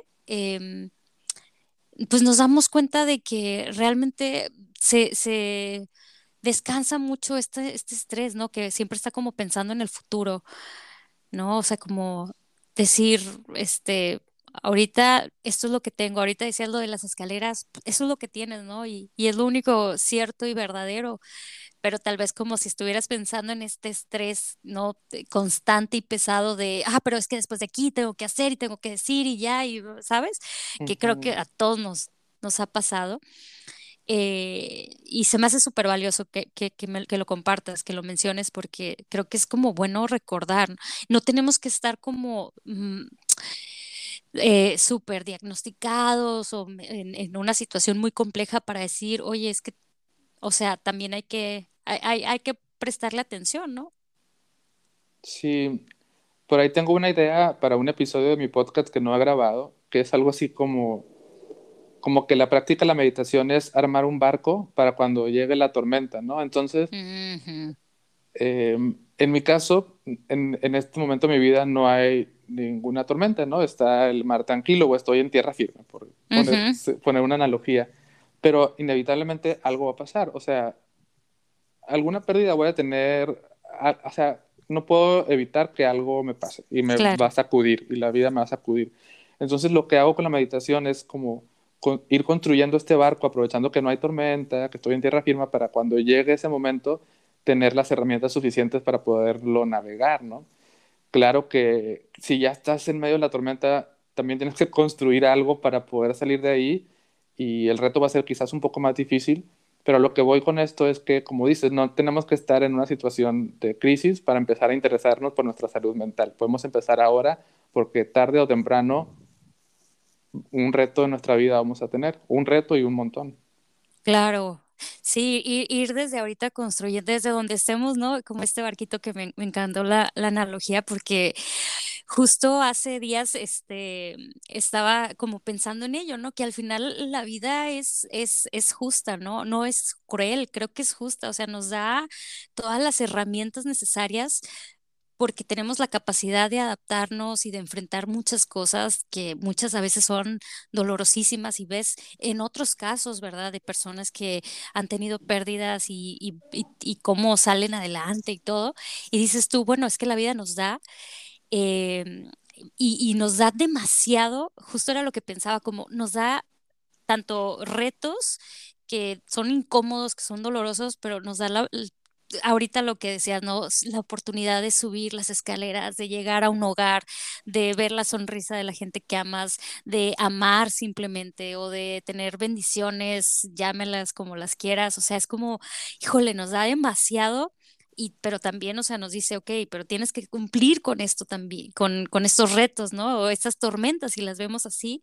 pues nos damos cuenta de que realmente se descansa mucho este estrés, ¿no? Que siempre está como pensando en el futuro. ¿No? O sea, como decir, ahorita esto es lo que tengo, ahorita decías lo de las escaleras, eso es lo que tienes, ¿no? Y es lo único cierto y verdadero, pero tal vez como si estuvieras pensando en este estrés, ¿no? Constante y pesado de, pero es que después de aquí tengo que hacer y tengo que decir y ya, y, ¿sabes? Que creo que Ujú. a todos nos ha pasado. Y se me hace súper valioso que lo compartas, que lo menciones, porque creo que es como bueno recordar. No tenemos que estar como súper diagnosticados o en una situación muy compleja para decir, oye, es que, o sea, también hay que prestarle atención, ¿no? Sí, por ahí tengo una idea para un episodio de mi podcast que no he grabado, que es algo así como que la práctica de la meditación es armar un barco para cuando llegue la tormenta, ¿no? Entonces, Ujú, en mi caso, en este momento de mi vida no hay ninguna tormenta, ¿no? Está el mar tranquilo o estoy en tierra firme, por ujú, poner una analogía. Pero inevitablemente algo va a pasar. O sea, alguna pérdida voy a tener, o sea, no puedo evitar que algo me pase y me va claro. a sacudir y la vida me va a sacudir. Entonces lo que hago con la meditación es como ir construyendo este barco, aprovechando que no hay tormenta, que estoy en tierra firme, para cuando llegue ese momento tener las herramientas suficientes para poderlo navegar, ¿no? Claro que si ya estás en medio de la tormenta, también tienes que construir algo para poder salir de ahí y el reto va a ser quizás un poco más difícil, pero lo que voy con esto es que, como dices, no tenemos que estar en una situación de crisis para empezar a interesarnos por nuestra salud mental. Podemos empezar ahora porque tarde o temprano un reto en nuestra vida vamos a tener, un reto y un montón. Claro, sí, ir desde ahorita construyendo, desde donde estemos, ¿no? Como este barquito que me encantó la analogía, porque justo hace días estaba como pensando en ello, ¿no? Que al final la vida es justa, ¿no? No es cruel, creo que es justa, o sea, nos da todas las herramientas necesarias porque tenemos la capacidad de adaptarnos y de enfrentar muchas cosas que muchas a veces son dolorosísimas y ves en otros casos, ¿verdad? De personas que han tenido pérdidas y cómo salen adelante y todo. Y dices tú, bueno, es que la vida nos da y nos da demasiado, justo era lo que pensaba, como nos da tanto retos que son incómodos, que son dolorosos, pero nos da ahorita lo que decías, ¿no? La oportunidad de subir las escaleras, de llegar a un hogar, de ver la sonrisa de la gente que amas, de amar simplemente o de tener bendiciones, llámelas como las quieras, o sea, es como, híjole, nos da demasiado. Pero también, o sea, nos dice, ok, pero tienes que cumplir con esto también, con estos retos, ¿no? O estas tormentas, si las vemos así.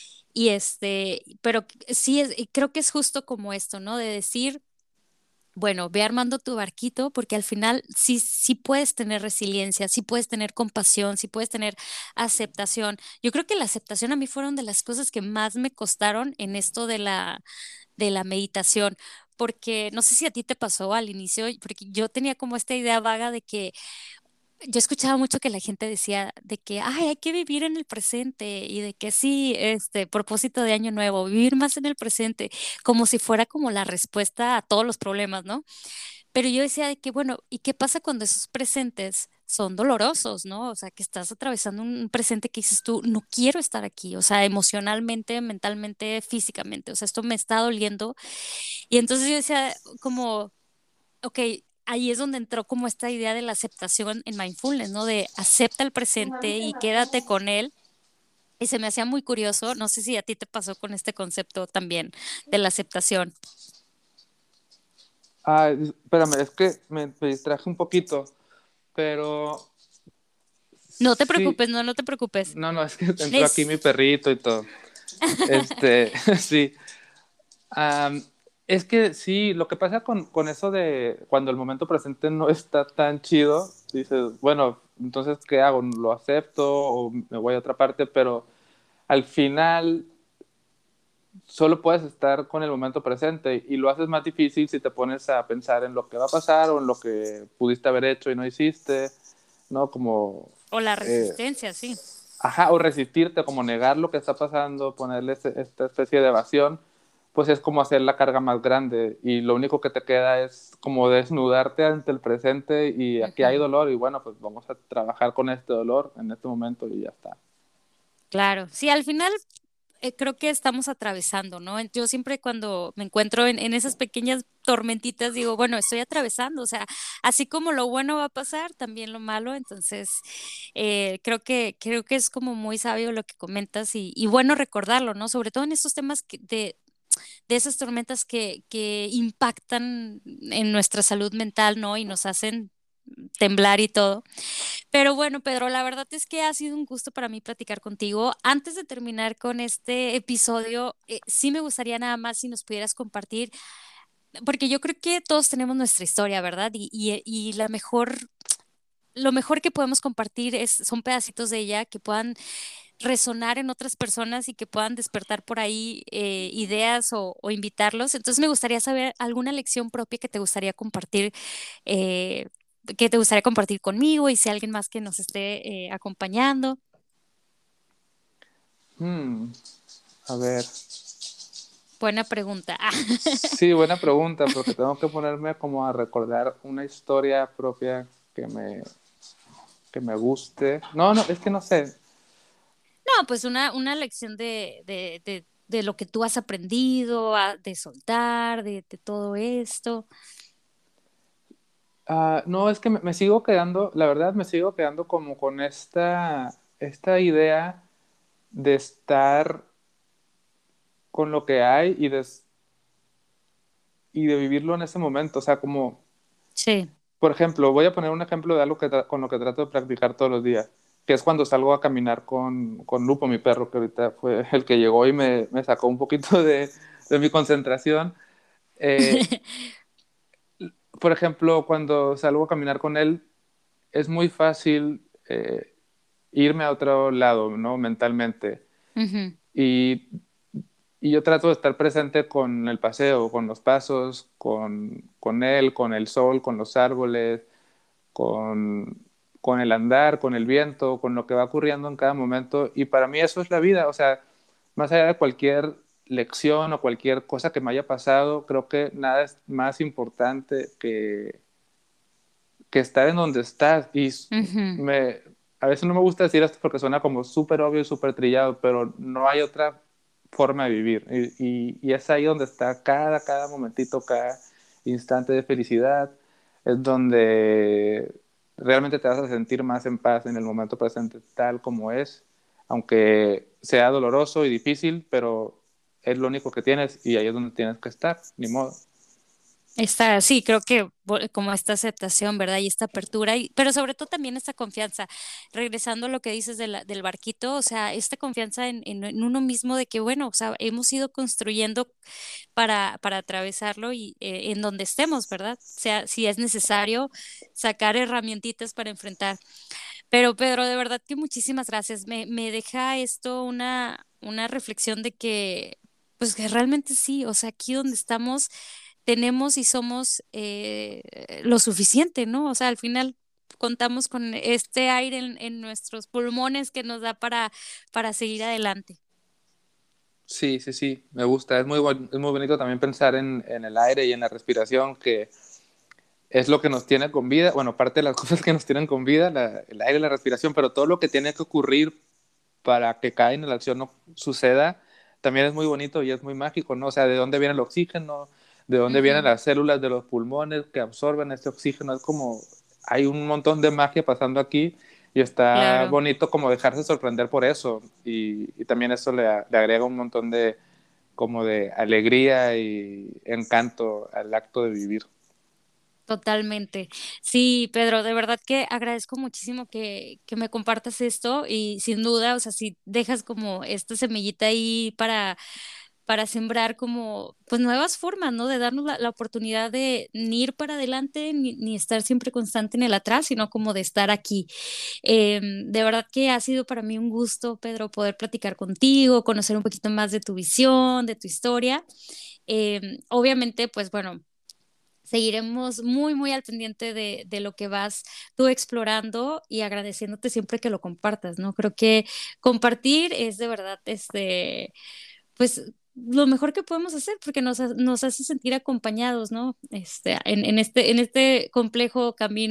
Pero sí, creo que es justo como esto, ¿no? De decir, bueno, ve armando tu barquito porque al final sí, sí puedes tener resiliencia, sí puedes tener compasión, sí puedes tener aceptación. Yo creo que la aceptación a mí fueron de las cosas que más me costaron en esto de la meditación. Porque no sé si a ti te pasó al inicio, porque yo tenía como esta idea vaga de que yo escuchaba mucho que la gente decía de que, ay, hay que vivir en el presente y de que sí, propósito de año nuevo, vivir más en el presente, como si fuera como la respuesta a todos los problemas, ¿no? Pero yo decía de que, bueno, ¿y qué pasa cuando esos presentes son dolorosos, ¿no? O sea, que estás atravesando un presente que dices tú, no quiero estar aquí, o sea, emocionalmente, mentalmente, físicamente, o sea, esto me está doliendo. Y entonces yo decía como ok, ahí es donde entró como esta idea de la aceptación en mindfulness, ¿no? De acepta el presente y quédate con él. Y se me hacía muy curioso, no sé si a ti te pasó con este concepto también de la aceptación. Ah, espérame, es que me distraje un poquito, pero No te sí, preocupes, no, no te preocupes. no, es que entró aquí mi Es... perrito y todo. Sí. Am, es que sí, lo que pasa con eso de cuando el momento presente no está tan chido, dices, bueno, entonces, ¿qué hago? ¿Lo acepto o me voy a otra parte? Pero al final solo puedes estar con el momento presente y lo haces más difícil si te pones a pensar en lo que va a pasar o en lo que pudiste haber hecho y no hiciste, ¿no? Como, O la eh, resistencia, sí. ajá, o resistirte, como negar lo que está pasando, ponerle esta especie de evasión, pues es como hacer la carga más grande y lo único que te queda es como desnudarte ante el presente y aquí hay Ujú. dolor y bueno, pues vamos a trabajar con este dolor en este momento y ya está. Claro, sí, al final creo que estamos atravesando, ¿no? Yo siempre cuando me encuentro en esas pequeñas tormentitas digo, bueno, estoy atravesando, o sea, así como lo bueno va a pasar, también lo malo, entonces creo que es como muy sabio lo que comentas y bueno recordarlo, ¿no? Sobre todo en estos temas de esas tormentas que impactan en nuestra salud mental, ¿no? Y nos hacen temblar y todo. Pero bueno, Pedro, la verdad es que ha sido un gusto para mí platicar contigo. Antes de terminar con este episodio, sí me gustaría nada más si nos pudieras compartir, porque yo creo que todos tenemos nuestra historia, ¿verdad? Y lo mejor que podemos compartir son pedacitos de ella que puedan resonar en otras personas y que puedan despertar por ahí ideas o invitarlos. Entonces me gustaría saber alguna lección propia eh, que te gustaría compartir conmigo y si alguien más que nos esté acompañando. Hmm, a ver, Buena pregunta. Ah, sí, buena pregunta, porque tengo que ponerme como a recordar una historia propia que me guste. No, es que no sé. no, pues una lección de lo que tú has aprendido, de soltar, de todo esto. Ah, no, es que me sigo quedando, la verdad me sigo quedando como con esta idea de estar con lo que hay y de vivirlo en ese momento. O sea, como, Sí. por ejemplo, voy a poner un ejemplo de algo con lo que trato de practicar todos los días, que es cuando salgo a caminar con Lupo, mi perro, que ahorita fue el que llegó y me sacó un poquito de mi concentración. Eh, por ejemplo, cuando salgo a caminar con él, es muy fácil irme a otro lado, ¿no? Mentalmente. Ujú. Y, y yo trato de estar presente con el paseo, con los pasos, con él, con el sol, con los árboles, con, con el andar, con el viento, con lo que va ocurriendo en cada momento. Y para mí eso es la vida. O sea, más allá de cualquier lección o cualquier cosa que me haya pasado, creo que nada es más importante que estar en donde estás. Ujú. Me, a veces no me gusta decir esto porque suena como súper obvio y súper trillado, pero no hay otra forma de vivir. Y es ahí donde está cada momentito, cada instante de felicidad, es donde realmente te vas a sentir más en paz en el momento presente, tal como es, aunque sea doloroso y difícil, pero es lo único que tienes y ahí es donde tienes que estar, ni modo. Sí, creo que como esta aceptación, ¿verdad? Y esta apertura, pero sobre todo también esta confianza. Regresando a lo que dices del barquito, o sea, esta confianza en uno mismo de que, bueno, o sea, hemos ido construyendo para atravesarlo y en donde estemos, ¿verdad? O sea, si es necesario sacar herramientitas para enfrentar. Pero Pedro, de verdad que muchísimas gracias. Me deja esto una reflexión de que, pues que realmente sí, o sea, aquí donde estamos tenemos y somos lo suficiente, ¿no? O sea, al final contamos con este aire en nuestros pulmones que nos da para seguir adelante. Sí, sí, sí, me gusta. Es muy bonito también pensar en el aire y en la respiración, que es lo que nos tiene con vida. Bueno, parte de las cosas que nos tienen con vida, el aire y la respiración, pero todo lo que tiene que ocurrir para que cada inhalación no suceda, también es muy bonito y es muy mágico, ¿no? O sea, de dónde viene el oxígeno, de dónde vienen Ujú. las células de los pulmones que absorben este oxígeno. Es como, hay un montón de magia pasando aquí y está Claro. bonito como dejarse sorprender por eso. Y también eso le agrega un montón de, como de alegría y encanto al acto de vivir. Totalmente. Sí, Pedro, de verdad que agradezco muchísimo que me compartas esto y sin duda, o sea, si dejas como esta semillita ahí para sembrar como pues nuevas formas, ¿no? De darnos la oportunidad de ni ir para adelante ni estar siempre constante en el atrás, sino como de estar aquí. De verdad que ha sido para mí un gusto, Pedro, poder platicar contigo, conocer un poquito más de tu visión, de tu historia. Obviamente, pues bueno, seguiremos muy al pendiente de lo que vas tú explorando y agradeciéndote siempre que lo compartas, ¿no? Creo que compartir es de verdad, pues lo mejor que podemos hacer porque nos hace sentir acompañados, ¿no? En este complejo camino.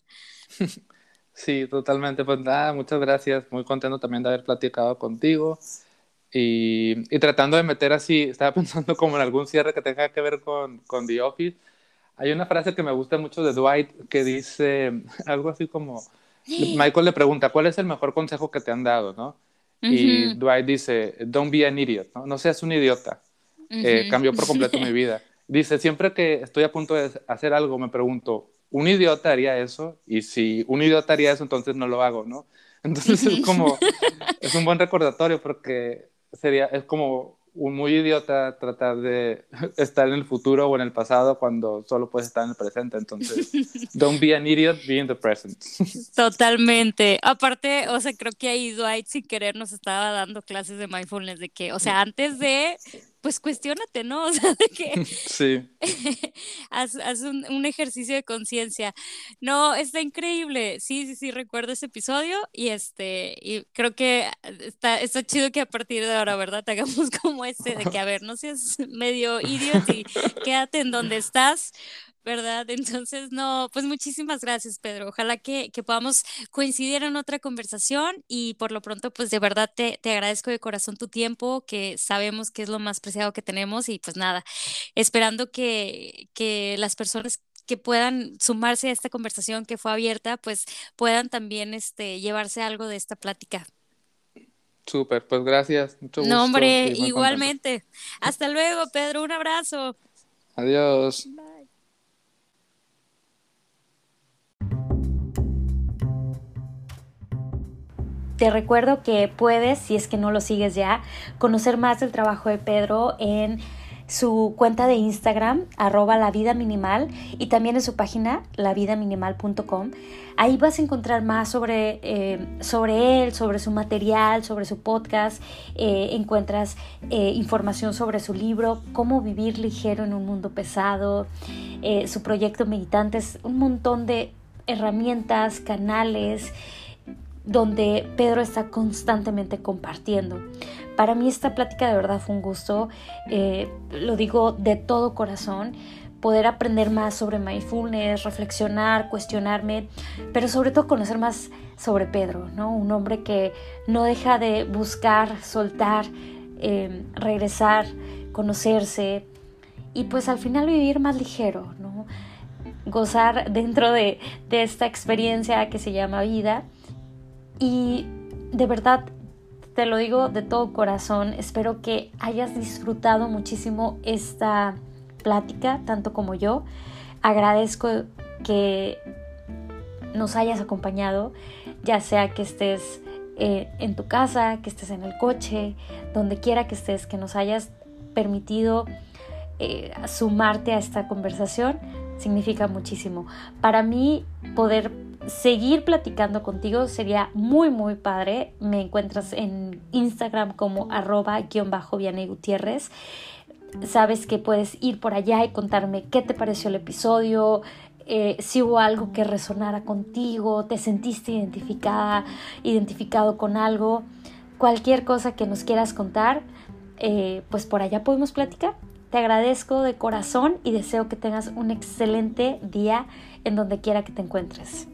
Sí, totalmente. Pues nada, muchas gracias. Muy contento también de haber platicado contigo. Y tratando de meter así, estaba pensando como en algún cierre que tenga que ver con The Office. Hay una frase que me gusta mucho de Dwight que dice algo así como, Michael le pregunta, ¿cuál es el mejor consejo que te han dado, no? Y Ujú, Dwight dice, don't be an idiot, ¿no? No seas un idiota. ujú. Cambió por completo mi vida. Dice, siempre que estoy a punto de hacer algo, me pregunto, ¿un idiota haría eso? Y si un idiota haría eso, entonces no lo hago, ¿no? Entonces es Ujú. como, es un buen recordatorio porque es como un muy idiota tratar de estar en el futuro o en el pasado cuando solo puedes estar en el presente. Entonces, don't be an idiot, be in the present. Totalmente. Aparte, o sea, creo que ahí Dwight sin querer nos estaba dando clases de mindfulness de que, o sea, antes de, pues cuestiónate, ¿no? O sea, de que Sí, haz un ejercicio de conciencia. No, está increíble. Sí, recuerdo ese episodio y creo que está chido que a partir de ahora, ¿verdad? Te hagamos como de que, a ver, no seas medio idiot y quédate en donde estás. ¿Verdad? Entonces, no, pues muchísimas gracias, Pedro. Ojalá que podamos coincidir en otra conversación y por lo pronto, pues de verdad te agradezco de corazón tu tiempo, que sabemos que es lo más preciado que tenemos y pues nada, esperando que las personas que puedan sumarse a esta conversación que fue abierta, pues puedan también llevarse algo de esta plática. súper. Pues gracias, mucho No, gusto hombre, y muy contento. igualmente. Hasta luego, Pedro. Un abrazo. Adiós. Bye. Te recuerdo que puedes, si es que no lo sigues ya, conocer más del trabajo de Pedro en su cuenta de Instagram, @lavidaminimal, y también en su página, lavidaminimal.com. Ahí vas a encontrar más sobre él, sobre su material, sobre su podcast. Encuentras información sobre su libro, Cómo vivir ligero en un mundo pesado, su proyecto Meditantes, un montón de herramientas, canales, donde Pedro está constantemente compartiendo. Para mí esta plática de verdad fue un gusto, lo digo de todo corazón, poder aprender más sobre mindfulness, reflexionar, cuestionarme, pero sobre todo conocer más sobre Pedro, ¿no? Un hombre que no deja de buscar, soltar, regresar, conocerse y pues al final vivir más ligero, ¿no? Gozar dentro de esta experiencia que se llama vida. Y de verdad, te lo digo de todo corazón, espero que hayas disfrutado muchísimo esta plática, tanto como yo. Agradezco que nos hayas acompañado, ya sea que estés en tu casa, que estés en el coche, donde quiera que estés, que nos hayas permitido sumarte a esta conversación, significa muchísimo. Para mí, poder seguir platicando contigo sería muy muy padre. Me encuentras en Instagram como @_Vianney Gutiérrez. Sabes que puedes ir por allá y contarme qué te pareció el episodio, si hubo algo que resonara contigo, te sentiste identificado con algo, cualquier cosa que nos quieras contar, pues por allá podemos platicar. Te agradezco de corazón y deseo que tengas un excelente día en donde quiera que te encuentres.